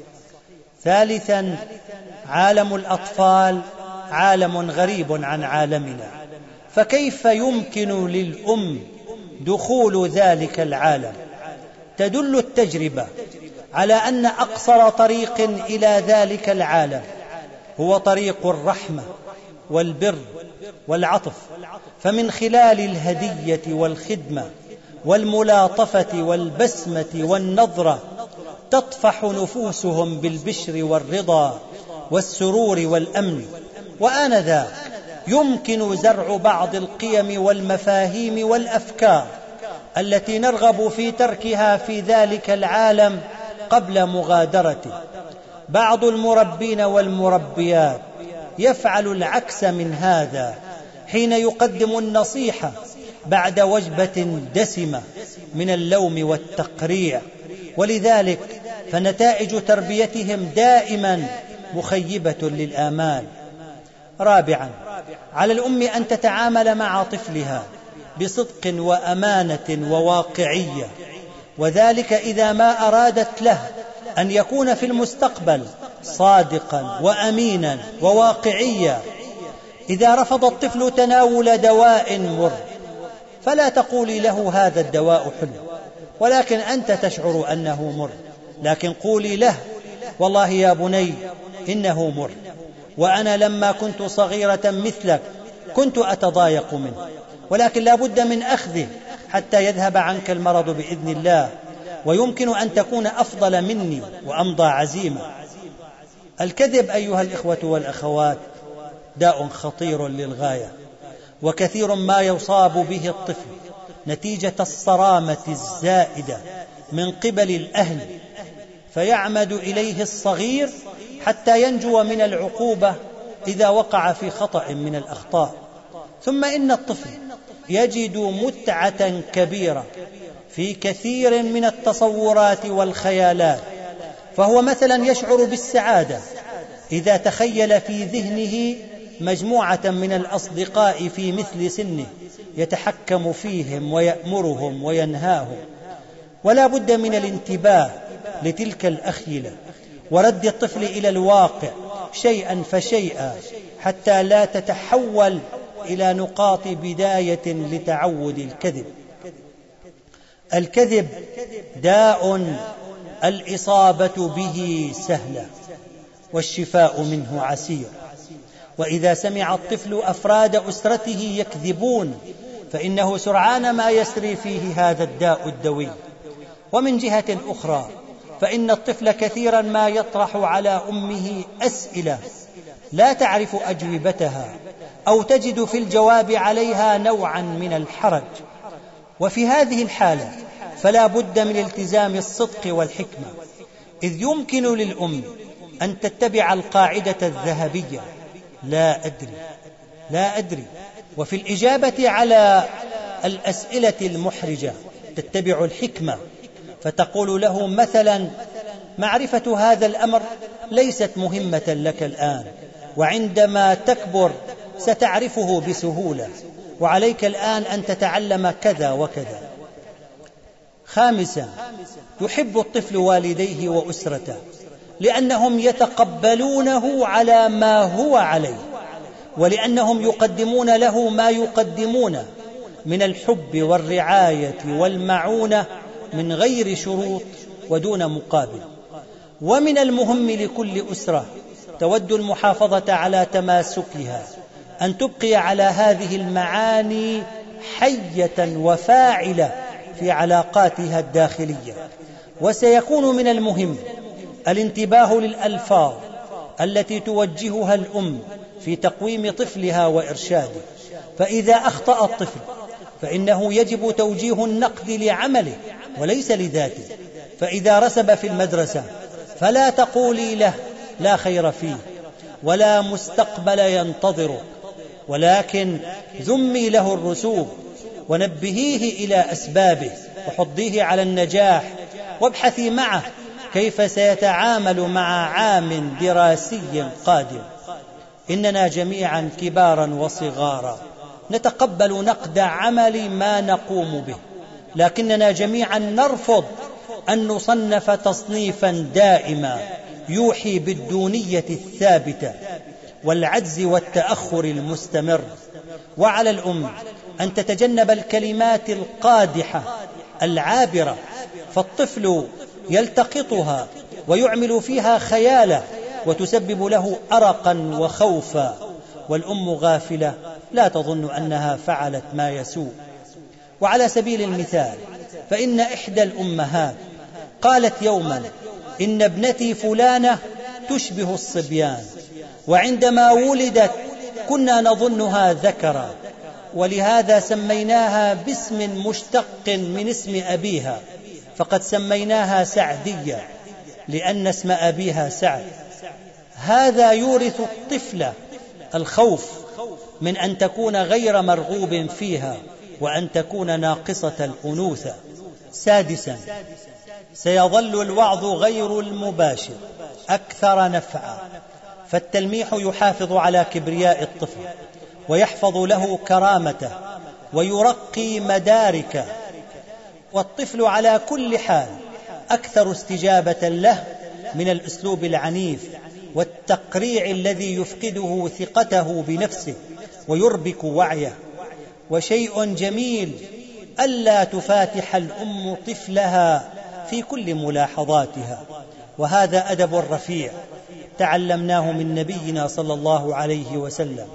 ثالثا، عالم الأطفال عالم غريب عن عالمنا، فكيف يمكن للأم دخول ذلك العالم؟ تدل التجربة على أن أقصر طريق إلى ذلك العالم هو طريق الرحمة والبر والعطف، فمن خلال الهدية والخدمة والملاطفة والبسمة والنظرة تطفح نفوسهم بالبشر والرضا والسرور والأمن، وآنذاك يمكن زرع بعض القيم والمفاهيم والأفكار التي نرغب في تركها في ذلك العالم قبل مغادرته. بعض المربين والمربيات يفعل العكس من هذا حين يقدم النصيحة بعد وجبة دسمة من اللوم والتقريع، ولذلك فنتائج تربيتهم دائما مخيبة للآمال. رابعا، على الأم أن تتعامل مع طفلها بصدق وأمانة وواقعية، وذلك إذا ما أرادت له أن يكون في المستقبل صادقا وأمينا وواقعيا. إذا رفض الطفل تناول دواء مر فلا تقولي له هذا الدواء حلو، ولكن أنت تشعر أنه مر، لكن قولي له: والله يا بني إنه مر، وأنا لما كنت صغيرة مثلك كنت أتضايق منه، ولكن لا بد من أخذه حتى يذهب عنك المرض بإذن الله، ويمكن أن تكون أفضل مني وأمضى عزيمة. الكذب أيها الإخوة والأخوات داء خطير للغاية، وكثير ما يصاب به الطفل نتيجة الصرامة الزائدة من قبل الأهل، فيعمد إليه الصغير حتى ينجو من العقوبة إذا وقع في خطأ من الأخطاء. ثم إن الطفل يجد متعة كبيرة في كثير من التصورات والخيالات، فهو مثلا يشعر بالسعادة إذا تخيل في ذهنه مجموعة من الأصدقاء في مثل سنه يتحكم فيهم ويأمرهم وينهاهم. ولا بد من الانتباه لتلك الأخيلة ورد الطفل إلى الواقع شيئا فشيئا حتى لا تتحول إلى نقاط بداية لتعود الكذب. الكذب داء الإصابة به سهلة والشفاء منه عسير، وإذا سمع الطفل أفراد أسرته يكذبون فإنه سرعان ما يسري فيه هذا الداء الدوي. ومن جهة أخرى فإن الطفل كثيرا ما يطرح على أمه أسئلة لا تعرف أجوبتها أو تجد في الجواب عليها نوعا من الحرج، وفي هذه الحالة فلا بد من التزام الصدق والحكمة، إذ يمكن للأم أن تتبع القاعدة الذهبية: لا أدري لا أدري، وفي الإجابة على الأسئلة المحرجة تتبع الحكمة، فتقول له مثلا: معرفة هذا الأمر ليست مهمة لك الآن، وعندما تكبر ستعرفه بسهولة، وعليك الآن أن تتعلم كذا وكذا. خامسا، يحب الطفل والديه وأسرته لأنهم يتقبلونه على ما هو عليه، ولأنهم يقدمون له ما يقدمون من الحب والرعاية والمعونة من غير شروط ودون مقابل. ومن المهم لكل أسرة تود المحافظة على تماسكها أن تبقي على هذه المعاني حية وفاعلة في علاقاتها الداخلية. وسيكون من المهم الانتباه للألفاظ التي توجهها الأم في تقويم طفلها وإرشاده، فإذا أخطأ الطفل فإنه يجب توجيه النقد لعمله وليس لذاته. فإذا رسب في المدرسة فلا تقولي له لا خير فيه ولا مستقبل ينتظره، ولكن ذمي له الرسوب ونبهيه إلى أسبابه وحضيه على النجاح، وابحثي معه كيف سيتعامل مع عام دراسي قادم. إننا جميعا كبارا وصغارا نتقبل نقد عمل ما نقوم به، لكننا جميعا نرفض أن نصنف تصنيفا دائما يوحي بالدونية الثابتة والعجز والتأخر المستمر. وعلى الأم أن تتجنب الكلمات القادحة العابرة، فالطفل يلتقطها ويعمل فيها خياله وتسبب له أرقا وخوفا، والأم غافلة لا تظن أنها فعلت ما يسوء. وعلى سبيل المثال فإن إحدى الأمهات قالت يوما: إن ابنتي فلانة تشبه الصبيان، وعندما ولدت كنا نظنها ذكرا، ولهذا سميناها باسم مشتق من اسم أبيها، فقد سميناها سعدية لأن اسم أبيها سعد. هذا يورث الطفل الخوف من أن تكون غير مرغوب فيها وأن تكون ناقصة الأنوثة. سادسا، سيظل الوعظ غير المباشر أكثر نفعا، فالتلميح يحافظ على كبرياء الطفل ويحفظ له كرامته ويرقي مداركه، والطفل على كل حال أكثر استجابة له من الأسلوب العنيف والتقريع الذي يفقده ثقته بنفسه ويربك وعيه. وشيء جميل ألا تفاتح الأم طفلها في كل ملاحظاتها، وهذا أدب رفيع تعلمناه من نبينا صلى الله عليه وسلم.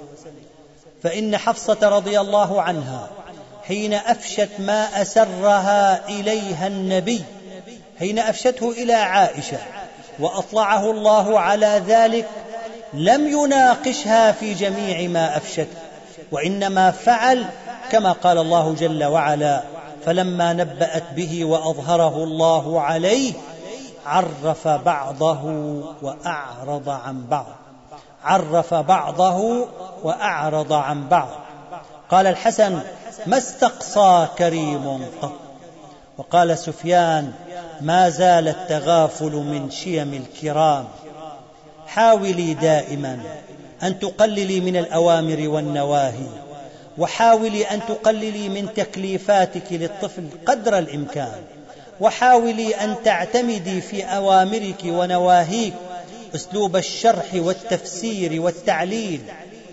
فإن حفصة رضي الله عنها حين أفشت ما أسرها إليها النبي، حين أفشته إلى عائشة وأطلعه الله على ذلك لم يناقشها في جميع ما أفشت، وإنما فعل كما قال الله جل وعلا: فلما نبأت به وأظهره الله عليه عرف بعضه وأعرض عن بعض. عرف بعضه وأعرض عن بعض. قال الحسن: ما استقصى كريم قط. وقال سفيان: ما زال التغافل من شيم الكرام. حاولي دائما أن تقللي من الأوامر والنواهي، وحاولي أن تقللي من تكليفاتك للطفل قدر الإمكان، وحاولي أن تعتمدي في أوامرك ونواهيك أسلوب الشرح والتفسير والتعليل،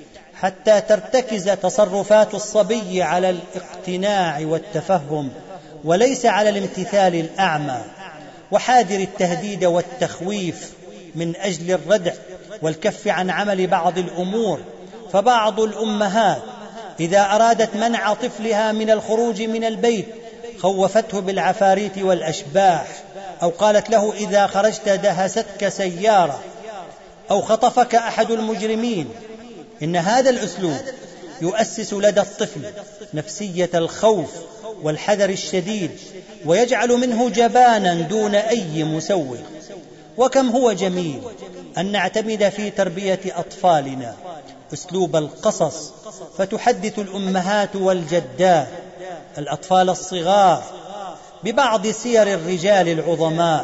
حتى ترتكز تصرفات الصبي على الاقتناع والتفهم وليس على الامتثال الأعمى. وحاذر التهديد والتخويف من أجل الردع والكف عن عمل بعض الأمور. فبعض الأمهات إذا أرادت منع طفلها من الخروج من البيت خوفته بالعفاريت والأشباح، أو قالت له: إذا خرجت دهستك سيارة، أو خطفك أحد المجرمين. إن هذا الأسلوب يؤسس لدى الطفل نفسية الخوف والحذر الشديد، ويجعل منه جبانا دون أي مسوغ. وكم هو جميل أن نعتمد في تربية أطفالنا أسلوب القصص، فتحدث الأمهات والجدات الأطفال الصغار ببعض سير الرجال العظماء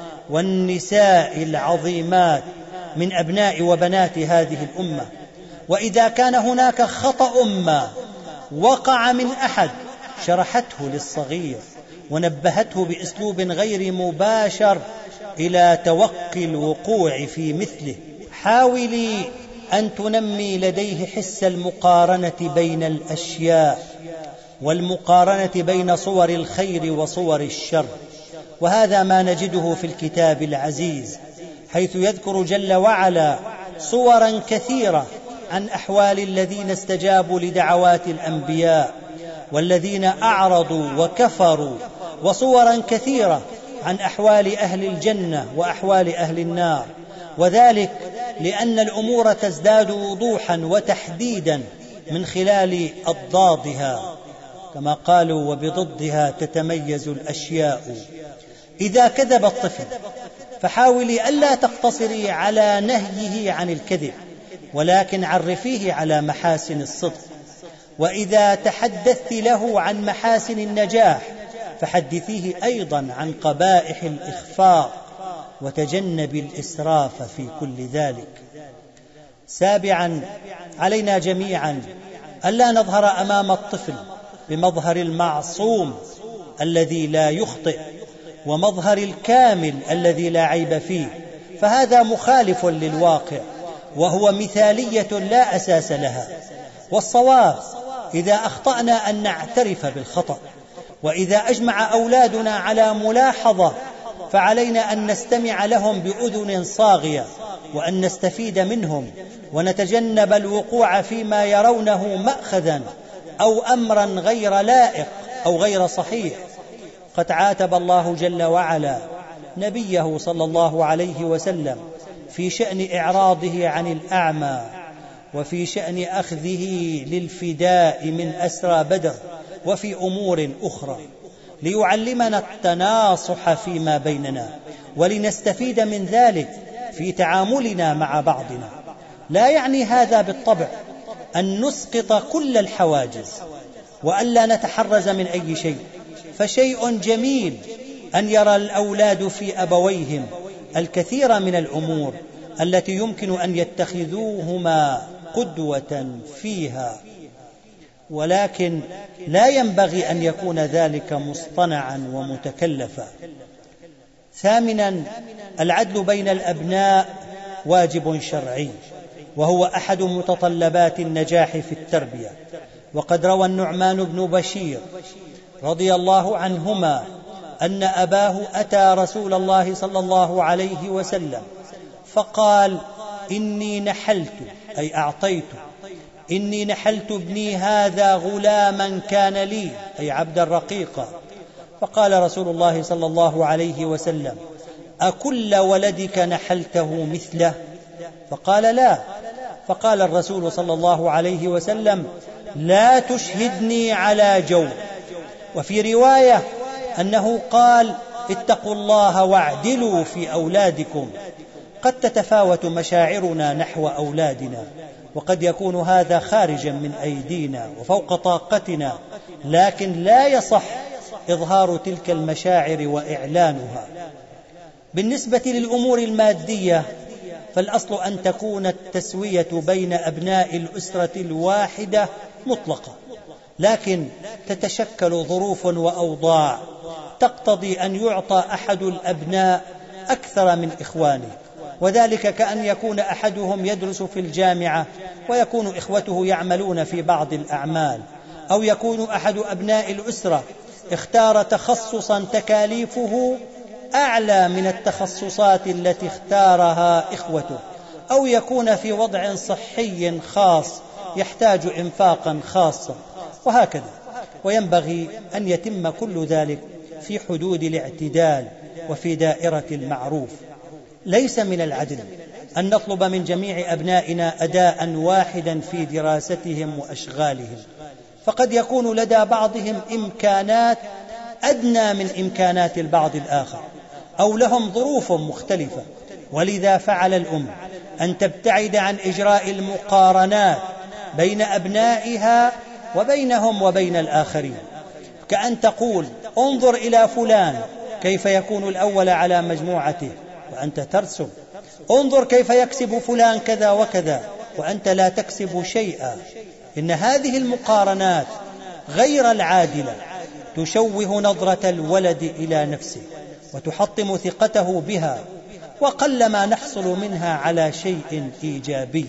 والنساء العظيمات من أبناء وبنات هذه الأمة. وإذا كان هناك خطأ ما وقع من أحد شرحته للصغير ونبهته بأسلوب غير مباشر إلى توقي الوقوع في مثله. حاولي أن تنمي لديه حس المقارنة بين الأشياء، والمقارنة بين صور الخير وصور الشر. وهذا ما نجده في الكتاب العزيز، حيث يذكر جل وعلا صورا كثيرة عن أحوال الذين استجابوا لدعوات الأنبياء والذين أعرضوا وكفروا، وصورا كثيرة عن أحوال أهل الجنة وأحوال أهل النار. وذلك لأن الأمور تزداد وضوحا وتحديدا من خلال أضدادها، كما قالوا: وبضدها تتميز الأشياء. إذا كذب الطفل فحاولي ألا تقتصري على نهيه عن الكذب، ولكن عرفيه على محاسن الصدق. وإذا تحدثت له عن محاسن النجاح فحدثيه أيضا عن قبائح الإخفاق، وتجنب الإسراف في كل ذلك. سابعا، علينا جميعا ألا نظهر أمام الطفل بمظهر المعصوم الذي لا يخطئ، ومظهر الكامل الذي لا عيب فيه، فهذا مخالف للواقع، وهو مثالية لا أساس لها. والصواب إذا أخطأنا أن نعترف بالخطأ. وإذا أجمع أولادنا على ملاحظة فعلينا أن نستمع لهم بأذن صاغية، وأن نستفيد منهم، ونتجنب الوقوع فيما يرونه مأخذا أو أمرا غير لائق أو غير صحيح. قد عاتب الله جل وعلا نبيه صلى الله عليه وسلم في شأن إعراضه عن الأعمى، وفي شأن أخذه للفداء من أسرى بدر، وفي أمور أخرى، ليعلمنا التناصح فيما بيننا، ولنستفيد من ذلك في تعاملنا مع بعضنا. لا يعني هذا بالطبع أن نسقط كل الحواجز وألا نتحرز من أي شيء، فشيء جميل أن يرى الأولاد في أبويهم الكثير من الأمور التي يمكن أن يتخذوهما قدوة فيها، ولكن لا ينبغي أن يكون ذلك مصطنعا ومتكلفا. ثامنا، العدل بين الأبناء واجب شرعي، وهو أحد متطلبات النجاح في التربية. وقد روى النعمان بن بشير رضي الله عنهما أن أباه أتى رسول الله صلى الله عليه وسلم فقال: إني نحلت، أي أعطيت، إني نحلت ابني هذا غلاما كان لي، أي عبدا رقيقا. فقال رسول الله صلى الله عليه وسلم: أكل ولدك نحلته مثله؟ فقال لا. فقال الرسول صلى الله عليه وسلم: لا تشهدني على جور. وفي رواية أنه قال: اتقوا الله واعدلوا في أولادكم. قد تتفاوت مشاعرنا نحو أولادنا، وقد يكون هذا خارجا من أيدينا وفوق طاقتنا، لكن لا يصح إظهار تلك المشاعر وإعلانها. بالنسبة للأمور المادية، فالأصل أن تكون التسوية بين أبناء الأسرة الواحدة مطلقة، لكن تتشكل ظروف وأوضاع تقتضي أن يعطى أحد الأبناء أكثر من إخوانه، وذلك كأن يكون أحدهم يدرس في الجامعة ويكون إخوته يعملون في بعض الأعمال، أو يكون أحد أبناء الأسرة اختار تخصصا تكاليفه أعلى من التخصصات التي اختارها إخوته، أو يكون في وضع صحي خاص يحتاج إنفاقا خاصا، وهكذا. وينبغي أن يتم كل ذلك في حدود الاعتدال وفي دائرة المعروف. ليس من العدل أن نطلب من جميع أبنائنا أداء واحدا في دراستهم وأشغالهم، فقد يكون لدى بعضهم إمكانات أدنى من إمكانات البعض الآخر، أو لهم ظروف مختلفة، ولذا فعل الأم أن تبتعد عن إجراء المقارنات بين أبنائها وبينهم وبين الآخرين، كأن تقول: انظر إلى فلان كيف يكون الأول على مجموعته وأنت ترسب، انظر كيف يكسب فلان كذا وكذا وأنت لا تكسب شيئا. إن هذه المقارنات غير العادلة تشوه نظرة الولد إلى نفسه وتحطم ثقته بها، وقلما نحصل منها على شيء إيجابي.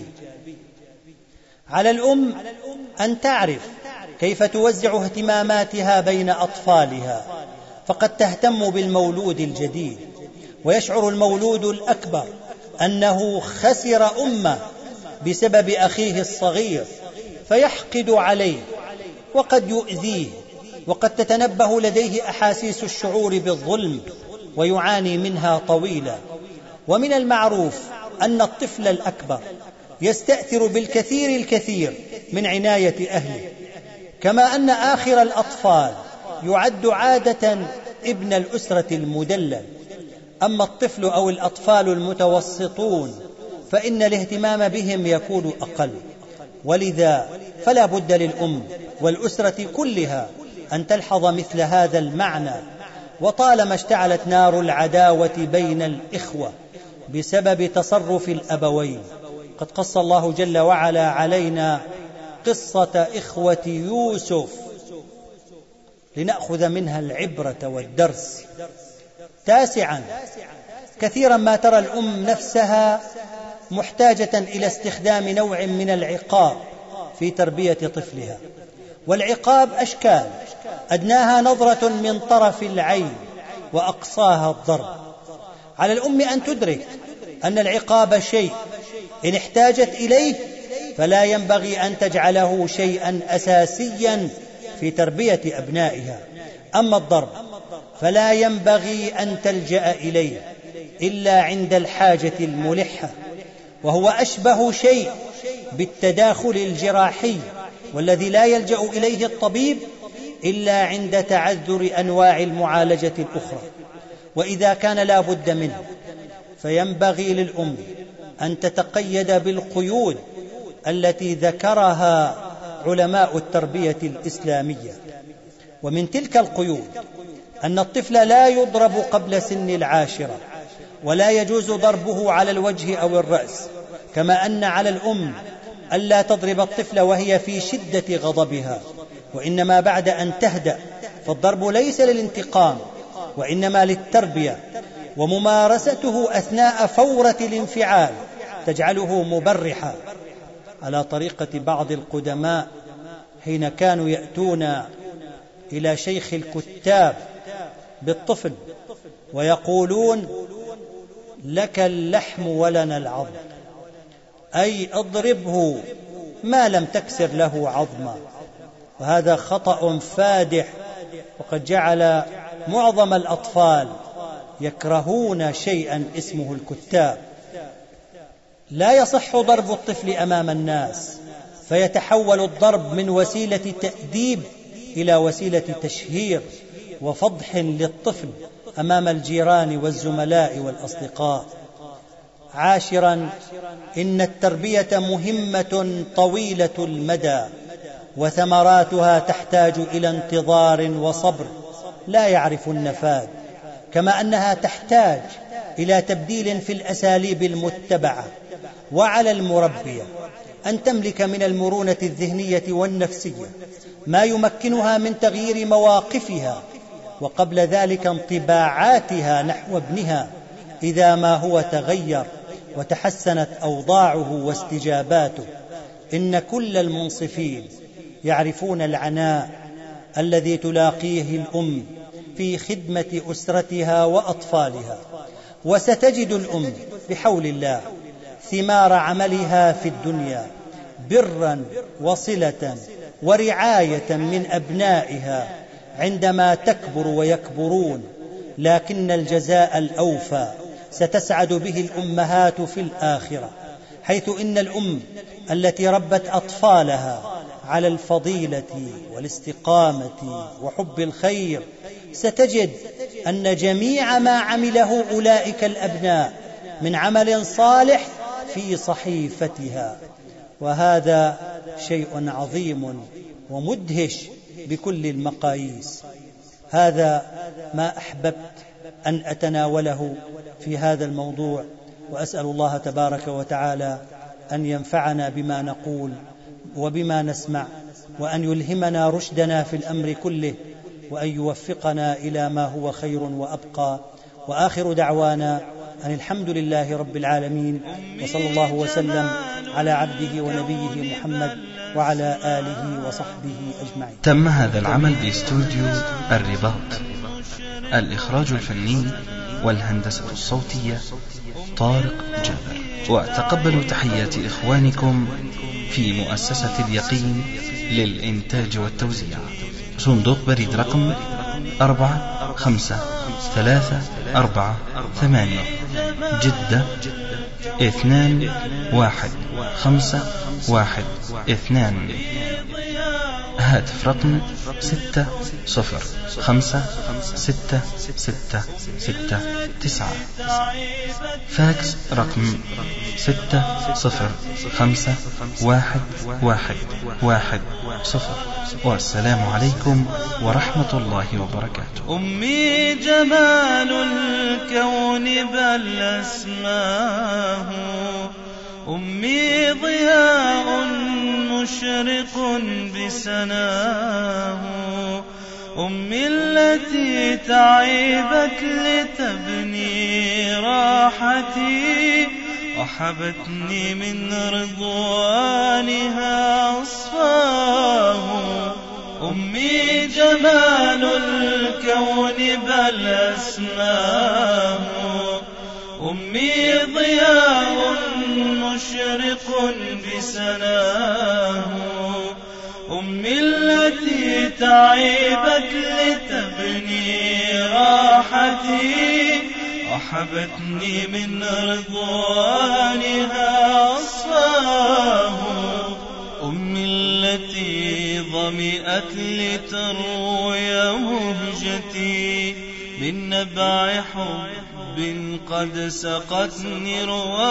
على الأم أن تعرف كيف توزع اهتماماتها بين أطفالها، فقد تهتم بالمولود الجديد، ويشعر المولود الأكبر أنه خسر أمه بسبب أخيه الصغير، فيحقد عليه وقد يؤذيه، وقد تتنبه لديه أحاسيس الشعور بالظلم ويعاني منها طويلا. ومن المعروف أن الطفل الأكبر يستأثر بالكثير الكثير من عناية أهله، كما أن آخر الأطفال يعد عادة ابن الأسرة المدلل. أما الطفل أو الأطفال المتوسطون فإن الاهتمام بهم يكون أقل، ولذا فلا بد للأم والأسرة كلها أن تلحظ مثل هذا المعنى. وطالما اشتعلت نار العداوة بين الإخوة بسبب تصرف الأبوين، قد قص الله جل وعلا علينا قصة إخوة يوسف لنأخذ منها العبرة والدرس. تاسعا، كثيرا ما ترى الأم نفسها محتاجة إلى استخدام نوع من العقاب في تربية طفلها، والعقاب أشكال، أدناها نظرة من طرف العين وأقصاها الضرب. على الأم أن تدرك أن العقاب شيء إن احتاجت إليه فلا ينبغي أن تجعله شيئا أساسيا في تربية أبنائها. أما الضرب فلا ينبغي أن تلجأ إليه إلا عند الحاجة الملحة، وهو أشبه شيء بالتداخل الجراحي، والذي لا يلجأ إليه الطبيب إلا عند تعذر أنواع المعالجة الأخرى. وإذا كان لا بد منه فينبغي للأم أن تتقيد بالقيود التي ذكرها علماء التربية الإسلامية. ومن تلك القيود أن الطفل لا يضرب قبل سن العاشرة، ولا يجوز ضربه على الوجه أو الرأس، كما أن على الأم ألا تضرب الطفل وهي في شدة غضبها، وإنما بعد أن تهدأ، فالضرب ليس للانتقام وإنما للتربية، وممارسته أثناء فورة الانفعال تجعله مبرحا، على طريقة بعض القدماء حين كانوا يأتون إلى شيخ الكتاب بالطفل ويقولون: لك اللحم ولنا العظم، أي اضربه ما لم تكسر له عظما. وهذا خطأ فادح، وقد جعل معظم الأطفال يكرهون شيئا اسمه الكتاب. لا يصح ضرب الطفل أمام الناس، فيتحول الضرب من وسيلة تأديب إلى وسيلة تشهير وفضح للطفل أمام الجيران والزملاء والأصدقاء. عاشرا، إن التربية مهمة طويلة المدى، وثمراتها تحتاج إلى انتظار وصبر لا يعرف النفاذ، كما أنها تحتاج إلى تبديل في الأساليب المتبعة. وعلى المربية أن تملك من المرونة الذهنية والنفسية ما يمكنها من تغيير مواقفها، وقبل ذلك انطباعاتها نحو ابنها إذا ما هو تغير وتحسنت أوضاعه واستجاباته. إن كل المنصفين يعرفون العناء الذي تلاقيه الأم في خدمة أسرتها وأطفالها، وستجد الأم بحول الله ثمار عملها في الدنيا برا وصلة ورعاية من أبنائها عندما تكبر ويكبرون. لكن الجزاء الأوفى ستسعد به الأمهات في الآخرة، حيث إن الأم التي ربت أطفالها على الفضيلة والاستقامة وحب الخير ستجد أن جميع ما عمله أولئك الأبناء من عمل صالح في صحيفتها، وهذا شيء عظيم ومدهش بكل المقاييس. هذا ما أحببت أن أتناوله في هذا الموضوع، وأسأل الله تبارك وتعالى أن ينفعنا بما نقول وبما نسمع، وأن يلهمنا رشدنا في الأمر كله، وأن يوفقنا إلى ما هو خير وأبقى. وآخر دعوانا أن الحمد لله رب العالمين، وصلى الله وسلم على عبده ونبيه محمد وعلى آله وصحبه أجمعين. تم هذا العمل باستوديو الرباط. الإخراج الفني والهندسة الصوتية طارق جابر. وتقبلوا تحيات إخوانكم في مؤسسة اليقين للإنتاج والتوزيع. صندوق بريد رقم أربعة خمسة ثلاثة أربعة ثمانية، جدة اثنان واحد خمسة واحد اثنان. هاتف رقم ستة صفر خمسة ستة ستة ستة تسعة. فاكس رقم ستة صفر خمسة واحد واحد واحد صفر. والسلام عليكم ورحمة الله وبركاته. أمي جمال الكون بل أسماه، أمي ضياء مشرق بسناه، أمي التي تعبت لتبني راحتي، وحبتني من رضوانها أصفاه. أمي جمال الكون بل أسماه، أمي ضياء مشرق بسناه، أمي التي تعبت لتبني راحتي، وحبتني من رضوانها أصفاه. أمي التي ظمئت لتروي مهجتي، من نبع حب قد سقتني رواه.